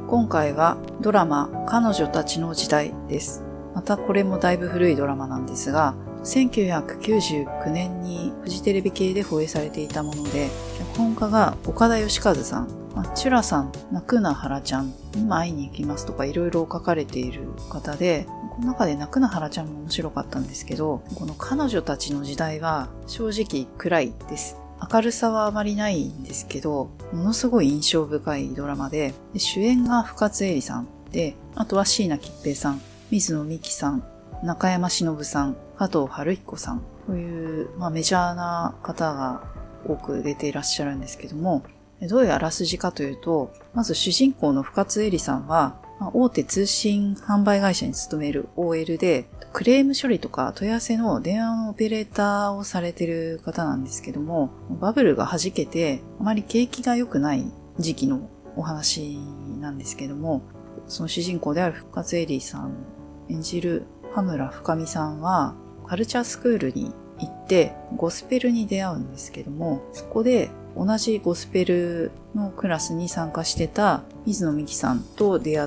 今回はドラマ彼女たちの時代です。またこれもだいぶ古いドラマなんですが、1999年にフジテレビ系で放映されていたもので、脚本家が岡田義和さん、チュラさん、泣くなはらちゃん、今会いに行きますとかいろいろ書かれている方で、この中で泣くなはらちゃんも面白かったんですけど、この彼女たちの時代は正直暗いです。明るさはあまりないんですけど、ものすごい印象深いドラマで、主演が深津絵里さんで、あとは椎名桔平さん、水野美紀さん、中山忍さん、加藤晴彦さん、こういう、メジャーな方が多く出ていらっしゃるんですけども、どういうあらすじかというと、まず主人公の深津絵里さんは、大手通信販売会社に勤める OL で、クレーム処理とか問い合わせの電話のオペレーターをされている方なんですけども、バブルが弾けて、あまり景気が良くない時期のお話なんですけども、その主人公である深津絵里さん演じる羽村深美さんは、カルチャースクールに行ってゴスペルに出会うんですけども、そこで同じゴスペルのクラスに参加してた水野美紀さんと出会って、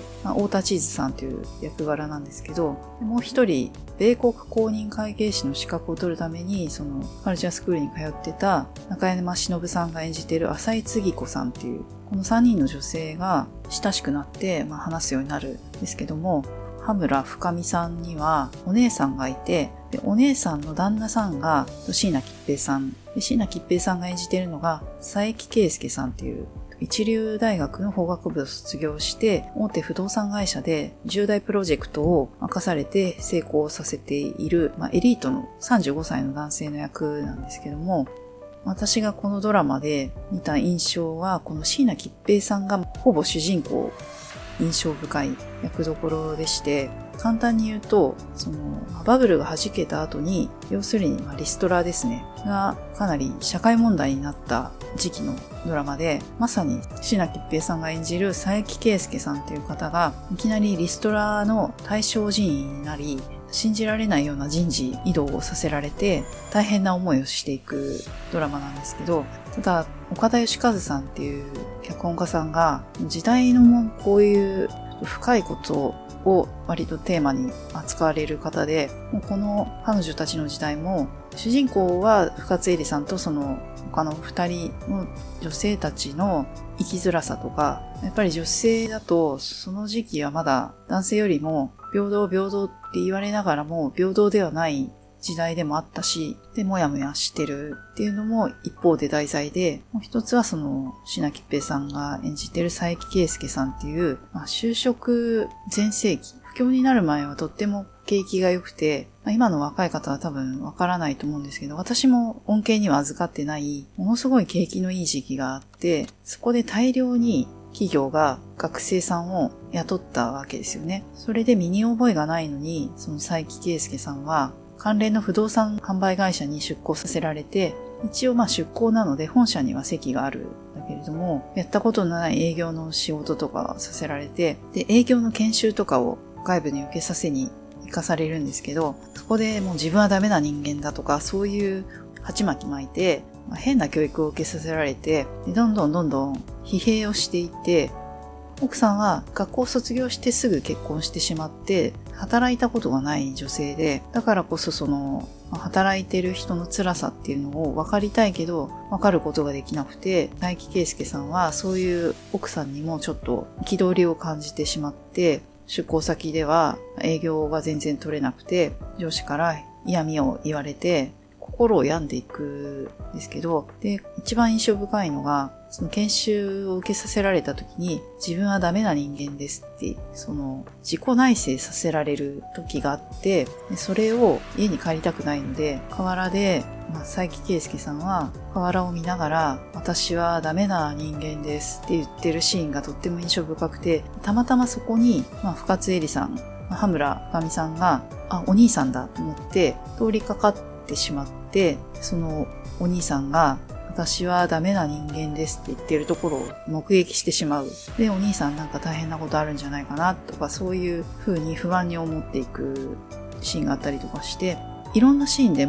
太田千鶴さんという役柄なんですけど、もう一人米国公認会計士の資格を取るためにそのカルチャースクールに通ってた中山忍さんが演じている浅井次子さんっていうこの3人の女性が親しくなって、話すようになるんですけども、羽村深美さんにはお姉さんがいて、でお姉さんの旦那さんが椎名桔平さんで、椎名桔平さんが演じているのが佐伯圭介さんっていう一流大学の法学部を卒業して大手不動産会社で重大プロジェクトを任されて成功させている、エリートの35歳の男性の役なんですけども、私がこのドラマで見た印象は、この椎名桔平さんがほぼ主人公、印象深い役どころでして、簡単に言うと、バブルが弾けた後に、要するにリストラですね、がかなり社会問題になった時期のドラマで、まさに椎名桔平さんが演じる佐伯圭介さんという方が、いきなりリストラの対象人員になり、信じられないような人事異動をさせられて大変な思いをしていくドラマなんですけど、ただ岡田義和さんっていう脚本家さんが時代のこういう深いことを割とテーマに扱われる方で、もうこの彼女たちの時代も主人公は深津絵里さんとその他の2人の女性たちの生きづらさとか、やっぱり女性だとその時期はまだ男性よりも平等って言われながらも平等ではない時代でもあったし、でもやもやしてるっていうのも一方で題材で、もう一つはその椎名桔平さんが演じてる佐伯圭介さんっていう、就職全盛期、不況になる前はとっても景気が良くて、今の若い方は多分わからないと思うんですけど、私も恩恵には預かってないものすごい景気のいい時期があって、そこで大量に企業が学生さんを雇ったわけですよね。それで身に覚えがないのに、その佐伯圭介さんは関連の不動産販売会社に出向させられて、一応出向なので本社には席があるんだけれども、やったことのない営業の仕事とかさせられて、で営業の研修とかを外部に受けさせに行かされるんですけど、そこでもう自分はダメな人間だとか、そういう鉢巻き巻いて、変な教育を受けさせられて、どんどん疲弊をしていって、奥さんは学校を卒業してすぐ結婚してしまって、働いたことがない女性で、だからこそ働いてる人の辛さっていうのを分かりたいけど、分かることができなくて、佐伯圭介さんはそういう奥さんにもちょっと憤りを感じてしまって、出向先では営業が全然取れなくて、上司から嫌味を言われて、心を病んでいくんですけど、で、一番印象深いのが、その研修を受けさせられた時に、自分はダメな人間ですって、自己内省させられる時があって、でそれを家に帰りたくないので、河原で、佐伯圭介さんは河原を見ながら、私はダメな人間ですって言ってるシーンがとっても印象深くて、たまたまそこに、深津絵里さん、羽村深美さんが、お兄さんだと思って通りかかってしまって、そのお兄さんが、私はダメな人間ですって言ってるところを目撃してしまう。で、お兄さんなんか大変なことあるんじゃないかなとか、そういう風に不安に思っていくシーンがあったりとかして、いろんなシーンでも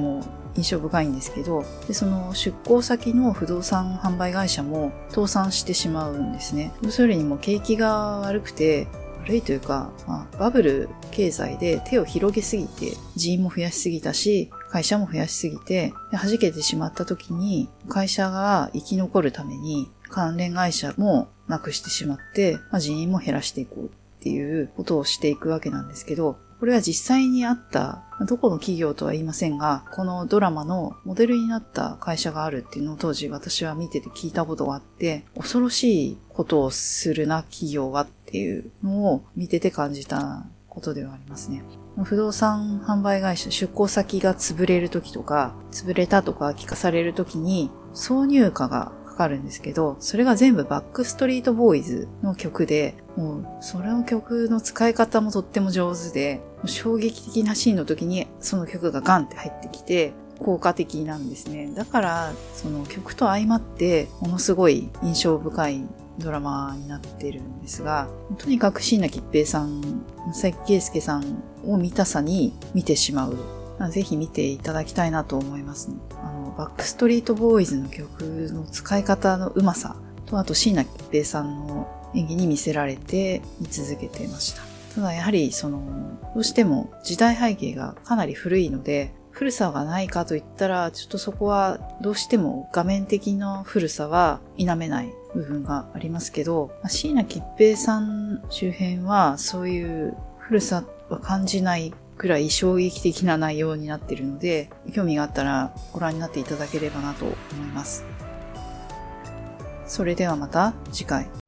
印象深いんですけど、でその出向先の不動産販売会社も倒産してしまうんですね。要するにもう景気が悪くて、悪いというか、バブル経済で手を広げすぎて、人員も増やしすぎたし、会社も増やしすぎて、弾けてしまった時に、会社が生き残るために、関連会社もなくしてしまって、人員も減らしていこうっていうことをしていくわけなんですけど、これは実際にあった、どこの企業とは言いませんが、このドラマのモデルになった会社があるっていうのを当時私は見てて聞いたことがあって、恐ろしいことをするな、企業はっていうのを見てて感じたことではありますね。不動産販売会社、出向先が潰れるときとか、潰れたとか聞かされるときに、挿入歌がかかるんですけど、それが全部バックストリートボーイズの曲で、もうそれの曲の使い方もとっても上手で、衝撃的なシーンの時にその曲がガンって入ってきて、効果的なんですね。だから、その曲と相まって、ものすごい印象深いドラマになってるんですが、とにかく椎名桔平さん、佐伯啓介さんを見たさに見てしまう。ぜひ見ていただきたいなと思いますね。バックストリートボーイズの曲の使い方のうまさと、あと椎名桔平さんの演技に見せられて見続けていました。ただやはりどうしても時代背景がかなり古いので、古さがないかといったら、ちょっとそこはどうしても画面的な古さは否めない部分がありますけど、椎名桔平さん周辺はそういう古さは感じないくらい衝撃的な内容になっているので、興味があったらご覧になっていただければなと思います。それではまた次回。